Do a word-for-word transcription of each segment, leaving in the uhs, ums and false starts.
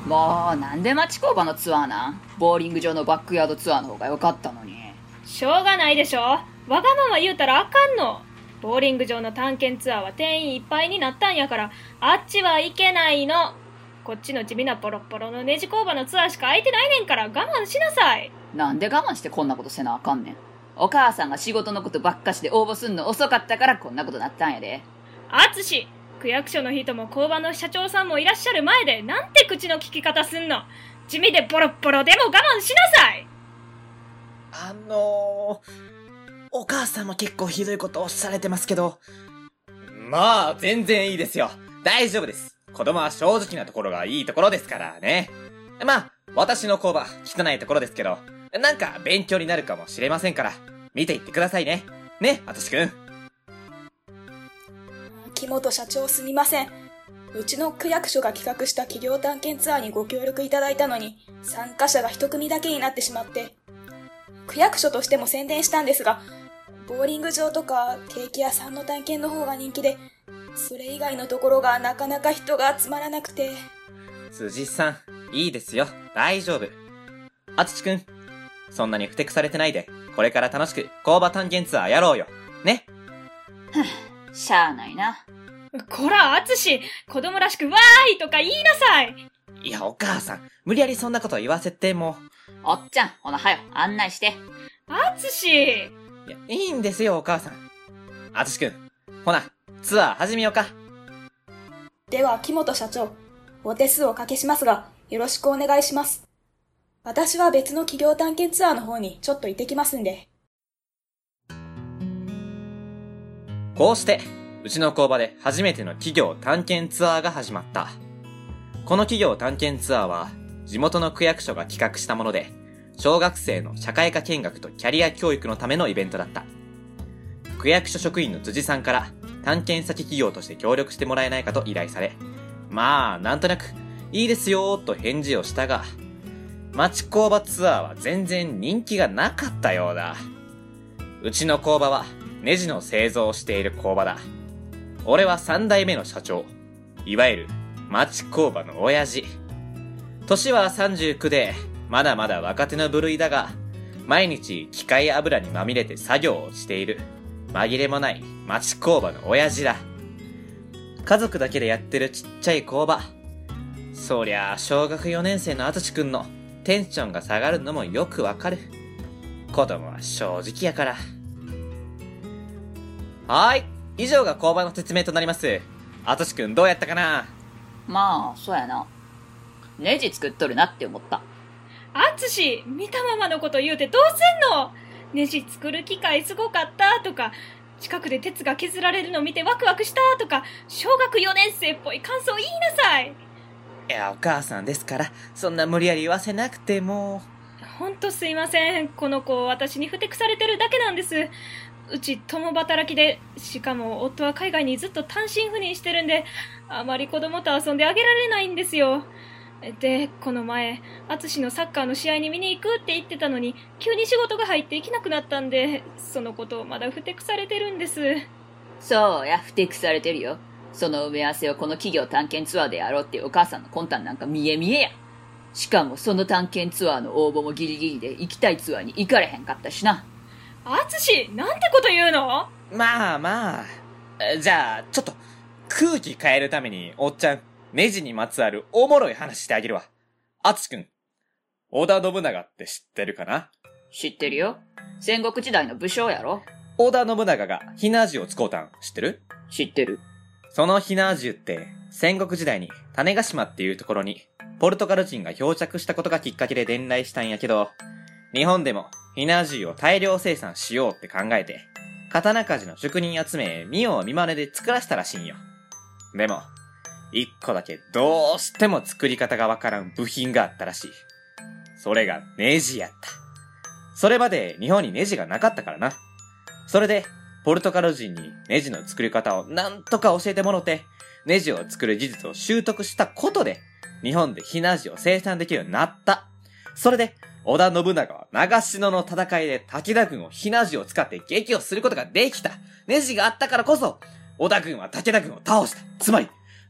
もうなんで町工場のツアーなん？ボーリング場のバックヤードツアーの方が良かったのに。 しょうがないでしょ。わがまま言うたらあかんの。ボーリング場の探検ツアーは定員いっぱいになったんやから、あっちは行けないの。こっちの地味なポロッポロのネジ工場のツアーしか空いてないねんから我慢しなさい。 なんで我慢してこんなことせなあかんねん。お母さんが仕事のことばっかしで応募すんの遅かったからこんなことなったんやで。 あつし、区役所の人も工場の社長さんもいらっしゃる前でなんて口の利き方すんの。地味でボロッボロでも我慢しなさい。 あのー、お母さんも結構ひどいことおっしゃられてますけど。まあ、全然いいですよ。大丈夫です。子供は正直なところがいいところですからね。まあ、私の工場、汚いところですけど、なんか勉強になるかもしれませんから、見ていってくださいね。ね、あとしくん。 木本社長すみません。うちの区役所が企画した企業探検ツアーにご協力いただいたのに、参加者が一組だけになってしまって、区役所としても宣伝したんですが、ボーリング場とかケーキ屋さんの探検の方が人気で、それ以外のところがなかなか人が集まらなくて。 辻さん、いいですよ。大丈夫。あつしくん、そんなに不適されてないで、これから楽しく工場探検ツアーやろうよ。ね。 ふぅ、しゃあないな。 こら、あつし、子供らしくわーいとか言いなさい。 いや、お母さん、無理やりそんなこと言わせても。 おっちゃん、ほなはよ、案内して。 あつし。 いや、いいんですよ、お母さん。あつしくん、ほな、ツアー始めようか。 では、木本社長、お手数をおかけしますが、よろしくお願いします。私は別の企業探検ツアーの方にちょっと行ってきますんで。 こうして、うちの工場で初めての企業探検ツアーが始まった。この企業探検ツアーは、地元の区役所が企画したもので、小学生の社会科見学とキャリア教育のためのイベントだった。区役所職員の辻さんから探検先企業として協力してもらえないかと依頼され、まあ、なんとなく、いいですよーと返事をしたが、町工場ツアーは全然人気がなかったようだ。うちの工場はネジの製造をしている工場だ。俺は三代目の社長。いわゆる町工場の親父。年はさんじゅうきゅうで、まだまだ若手の部類だが、毎日機械油にまみれて作業をしている。紛れもない町工場の親父だ。家族だけでやってるちっちゃい工場。そりゃあ小学よねん生のあつしくんのテンションが下がるのもよくわかる。子供は正直やから。はーい。以上が工場の説明となります。あつしくんどうやったかな？ まあ、そうやな。ネジ作っとるなって思った。 あつし、見たままのこと言うてどうすんの？ネジ作る機械すごかったとか、近くで鉄が削られるの見てワクワクしたとか、小学よねん生っぽい感想言いなさい。 いや、お母さんですから、そんな無理やり言わせなくても。 ほんとすいません。この子、私にふてくされてるだけなんです。うち共働きで、しかも夫は海外にずっと単身赴任してるんで、あまり子供と遊んであげられないんですよ。で、この前、あつしのサッカーの試合に見に行くって言ってたのに、急に仕事が入って行けなくなったんで、そのことをまだふてくされてるんです。 そうや、ふてくされてるよ。その埋め合わせをこの企業探検ツアーでやろうってお母さんの魂胆なんか見え見えや。しかもその探検ツアーの応募もギリギリで行きたいツアーに行かれへんかったしな。 あつし、なんてこと言うの？ まあまあ。じゃあ、ちょっと、空気変えるために、おっちゃん、ネジにまつわるおもろい話してあげるわ。あつしくん、織田信長って知ってるかな？ 知ってるよ。戦国時代の武将やろ。 織田信長が火縄銃を使うたん知ってる？ 知ってる。 その火縄銃って、戦国時代に種子島っていうところに、ポルトガル人が漂着したことがきっかけで伝来したんやけど、日本でも火縄銃を大量生産しようって考えて、刀鍛冶の職人集め、見よう見まねで作らせたらしいんよ。でも、一個だけどうしても作り方がわからん部品があったらしい。それがネジやった。それまで日本にネジがなかったからな。それで、ポルトガル人にネジの作り方をなんとか教えてもろて、ネジを作る技術を習得したことで、日本で火縄銃を生産できるようになった。それで、織田信長は長篠の戦いで武田軍を火縄銃を使って撃破することができた。ネジがあったからこそ、織田軍は武田軍を倒した。つまり、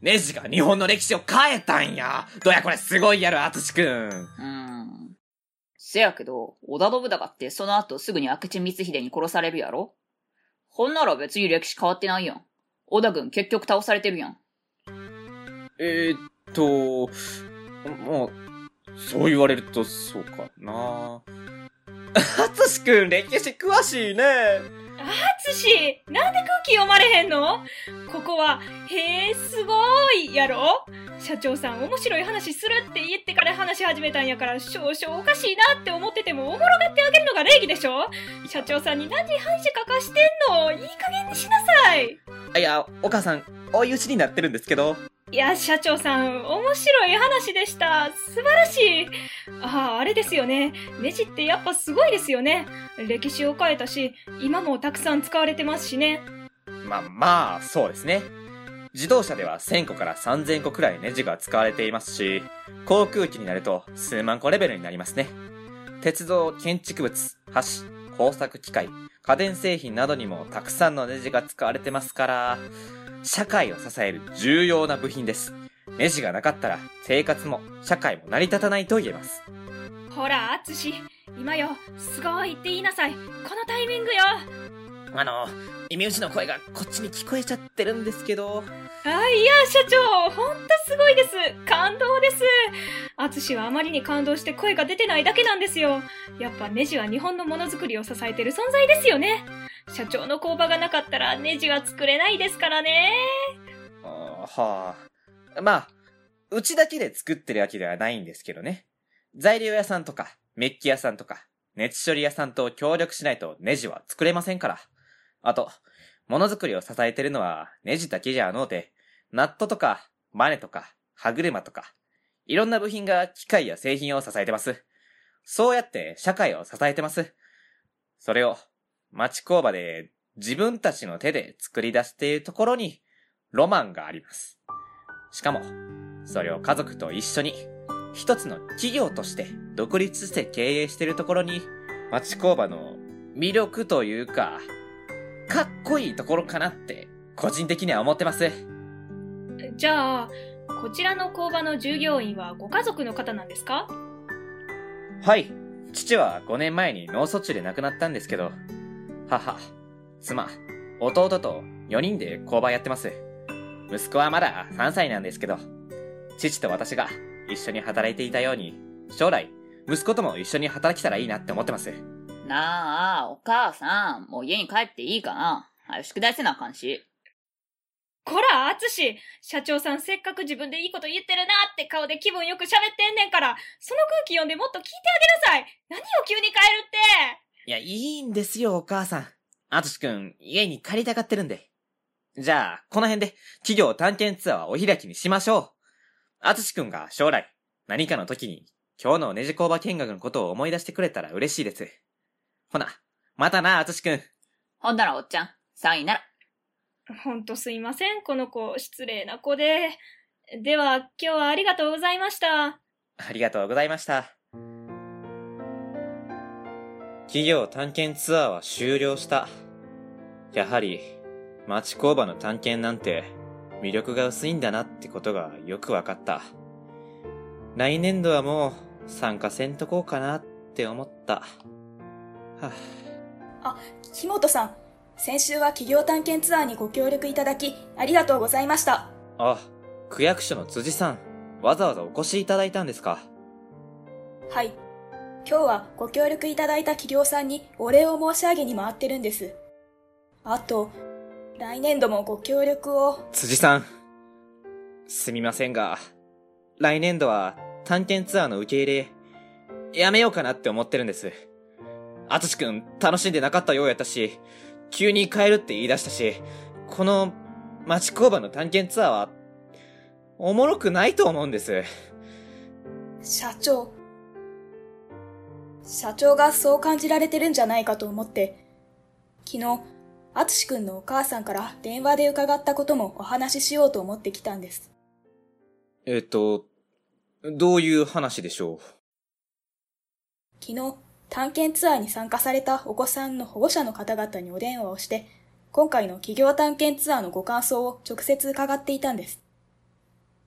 ネジが日本の歴史を変えたんや。どやこれすごいやろ、アツシくん。 うーん。せやけど、織田信長ってその後すぐに明智光秀に殺されるやろ？ほんなら別に歴史変わってないやん。織田軍結局倒されてるやん。 えーっと、もう、そう言われるとそうかな。アツシくん歴史詳しいね。 あつし、なんで空気読まれへんの？ここは、へえ、すごいやろ？社長さん面白い話するって言ってから話し始めたんやから、少々おかしいなって思っててもおもろがってあげるのが礼儀でしょ？社長さんに何時半時かかしてんの？いい加減にしなさい。 いや、お母さん、追い打ちになってるんですけど。 いや、社長さん、面白い話でした。素晴らしい。ああ、あれですよね。ネジってやっぱすごいですよね。歴史を変えたし、今もたくさん使われてますしね。 ま、まあ、そうですね。自動車ではせんこからさんぜんこくらいネジが使われていますし、航空機になると数万個レベルになりますね。鉄道、建築物、橋、工作機械、家電製品などにもたくさんのネジが使われてますから、社会を支える重要な部品です。ネジがなかったら生活も社会も成り立たないと言えます。 ほら、アツシ、今よ、すごいって言いなさい。このタイミングよ。 あの、イミウチの声がこっちに聞こえちゃってるんですけど。 あ、いや、社長、ほんとすごいです。感動です。アツシはあまりに感動して声が出てないだけなんですよ。やっぱネジは日本のものづくりを支えてる存在ですよね。社長の工場がなかったらネジは作れないですからね。 あはあ。まあ、うちだけで作ってるわけではないんですけどね。材料屋さんとか、メッキ屋さんとか、熱処理屋さんと協力しないとネジは作れませんから。あと、ものづくりを支えてるのはネジだけじゃのうて、ナットとか、バネとか、歯車とか、いろんな部品が機械や製品を支えてます。そうやって社会を支えてます。それを、町工場で自分たちの手で作り出しているところに、ロマンがあります。しかも、それを家族と一緒に、一つの企業として独立して経営しているところに、町工場の魅力というか、かっこいいところかなって、個人的には思ってます。 じゃあ、こちらの工場の従業員はご家族の方なんですか？ はい。父はごねんまえに脳卒中で亡くなったんですけど、母、妻、弟とよにんで工場やってます。息子はまださんさいなんですけど、父と私が一緒に働いていたように、将来、息子とも一緒に働けたらいいなって思ってます。 なあ、お母さん、もう家に帰っていいかな？はよ宿題せなあかんし。 こら、アツシ、社長さんせっかく自分でいいこと言ってるなって顔で気分よく喋ってんねんから、その空気読んでもっと聞いてあげなさい。何を急に帰るって。 いや、いいんですよ、お母さん。アツシくん、家に帰りたがってるんで。じゃあ、この辺で企業探検ツアーをお開きにしましょう。アツシくんが将来、何かの時に、今日のネジ工場見学のことを思い出してくれたら嬉しいです。ほな、またな、アツシくん。 ほんならおっちゃん、さいなら。 ほんとすいません、この子、失礼な子で。では、今日はありがとうございました。 ありがとうございました。企業探検ツアーは終了した。やはり、町工場の探検なんて、魅力が薄いんだなってことがよくわかった。来年度はもう、参加せんとこうかなって思った。はぁ、 あ、木本さん。先週は企業探検ツアーにご協力いただき、ありがとうございました。 あ、区役所の辻さん、わざわざお越しいただいたんですか？ はい。今日はご協力いただいた企業さんにお礼を申し上げに回ってるんです。あと、来年度もご協力を。 辻さん、すみませんが、来年度は探検ツアーの受け入れ、やめようかなって思ってるんです。あつしくん楽しんでなかったようやったし、急に帰るって言い出したし、この町工場の探検ツアーは、おもろくないと思うんです。 社長。社長がそう感じられてるんじゃないかと思って、昨日、あつしくんのお母さんから電話で伺ったこともお話ししようと思ってきたんです。 えっと、どういう話でしょう？ 昨日、探検ツアーに参加されたお子さんの保護者の方々にお電話をして、今回の企業探検ツアーのご感想を直接伺っていたんです。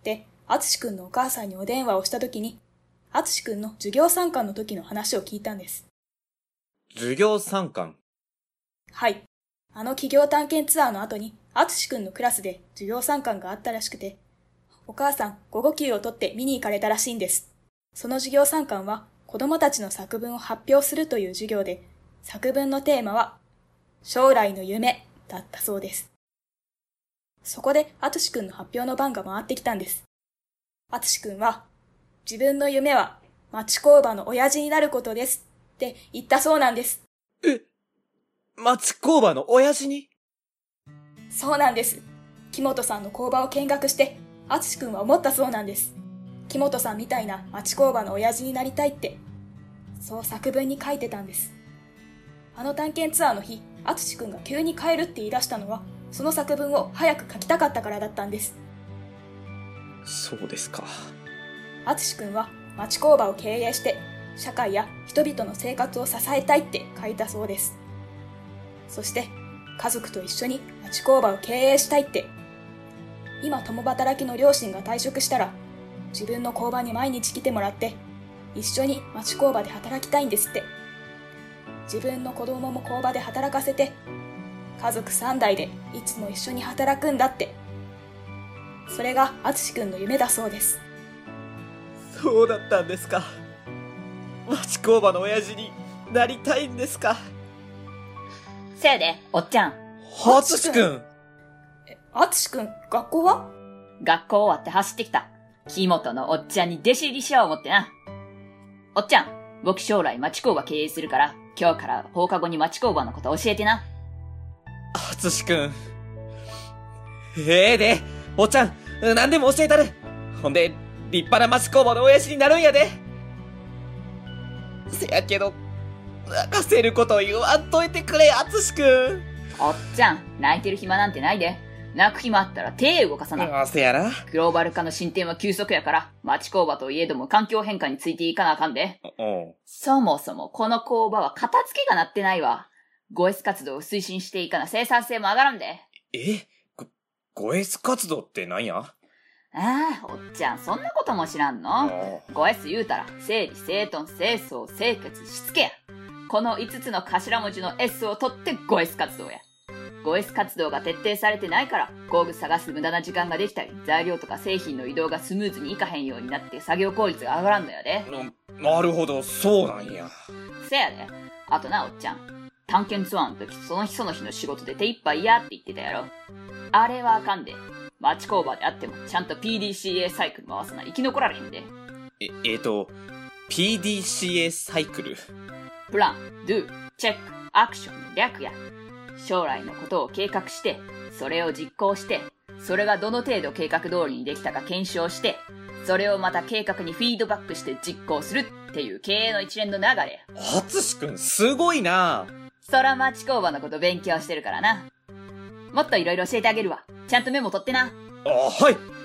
で、あつしくんのお母さんにお電話をしたときに、あつしくんの授業参観の時の話を聞いたんです。 授業参観？ はい。あの企業探検ツアーの後に、あつしくんのクラスで授業参観があったらしくて、お母さん午後休を取って見に行かれたらしいんです。その授業参観は、子供たちの作文を発表するという授業で、作文のテーマは、将来の夢だったそうです。そこで、あつしくんの発表の番が回ってきたんです。あつしくんは、自分の夢は町工場の親父になることですって言ったそうなんです。 え、町工場の親父に？ そうなんです。木本さんの工場を見学して、あつしくんは思ったそうなんです。木本さんみたいな町工場の親父になりたいって、そう作文に書いてたんです。あの探検ツアーの日、あつしくんが急に帰るって言い出したのは、その作文を早く書きたかったからだったんです。 そうですか。 あつしくんは町工場を経営して、社会や人々の生活を支えたいって書いたそうです。そして、家族と一緒に町工場を経営したいって。今共働きの両親が退職したら、自分の工場に毎日来てもらって、一緒に町工場で働きたいんですって。自分の子供も工場で働かせて、家族三代でいつも一緒に働くんだって。それがあつしくんの夢だそうです。 そうだったんですか。町工場の親父になりたいんですか。 せやで、おっちゃん。 あつしくん。 え、あつしくん、学校は？ 学校終わって走ってきた。木本のおっちゃんに弟子入りしよう思ってな。おっちゃん、僕将来町工場経営するから、今日から放課後に町工場のこと教えてな。 あつしくん。ええで、おっちゃん、何でも教えたる。ほんで、立派な町工場の親父になるんやで。せやけど、泣かせること言わんといてくれ、あつしくん。 おっちゃん、泣いてる暇なんてないで。泣く暇あったら手動かさな。 あ、せやな。 グローバル化の進展は急速やから、町工場といえども環境変化についていかなあかんで。 おそもそもこの工場は片付けがなってないわ。ごエス 活動を推進していかな生産性も上がらんで。 え？ご、ごエス 活動って何や？ ああ、おっちゃん、そんなことも知らんの？ ごエス 言うたら、整理、整頓、清掃、清潔、しつけや。このいつつの頭文字の S を取って ごエス 活動や。ごエス 活動が徹底されてないから、工具探す無駄な時間ができたり、材料とか製品の移動がスムーズにいかへんようになって作業効率が上がらんのやで。 な、なるほど、そうなんや。 せやで。あとな、おっちゃん。探検ツアーの時、その日その日の仕事で手一杯やって言ってたやろ。あれはあかんで。町工場であっても、ちゃんと ピーディーシーエー サイクル回さな生き残られへんで。 え、えーと、ピーディーシーエー サイクル？ プラン、ドゥ、チェック、アクションの略や。将来のことを計画して、それを実行して、それがどの程度計画通りにできたか検証して、それをまた計画にフィードバックして実行するっていう経営の一連の流れや。 あつしくん、すごいな。 そら町工場のこと勉強してるからな。もっといろいろ教えてあげるわ。ちゃんとメモ取ってな。 あ、はい。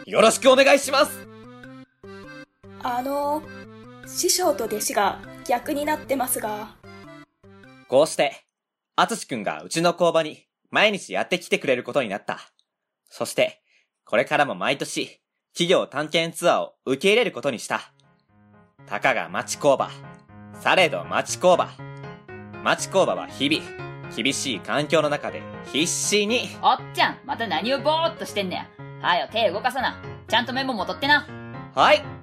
よろしくお願いします。 あの、師匠と弟子が逆になってますが。 こうして、あつしくんがうちの工場に毎日やってきてくれることになった。そして、これからも毎年、企業探検ツアーを受け入れることにした。たかが町工場。されど町工場。町工場は日々、厳しい環境の中で必死に。 おっちゃん、また何をぼーっとしてんねや。はよ、手動かさな。ちゃんとメモも取ってな。 はい。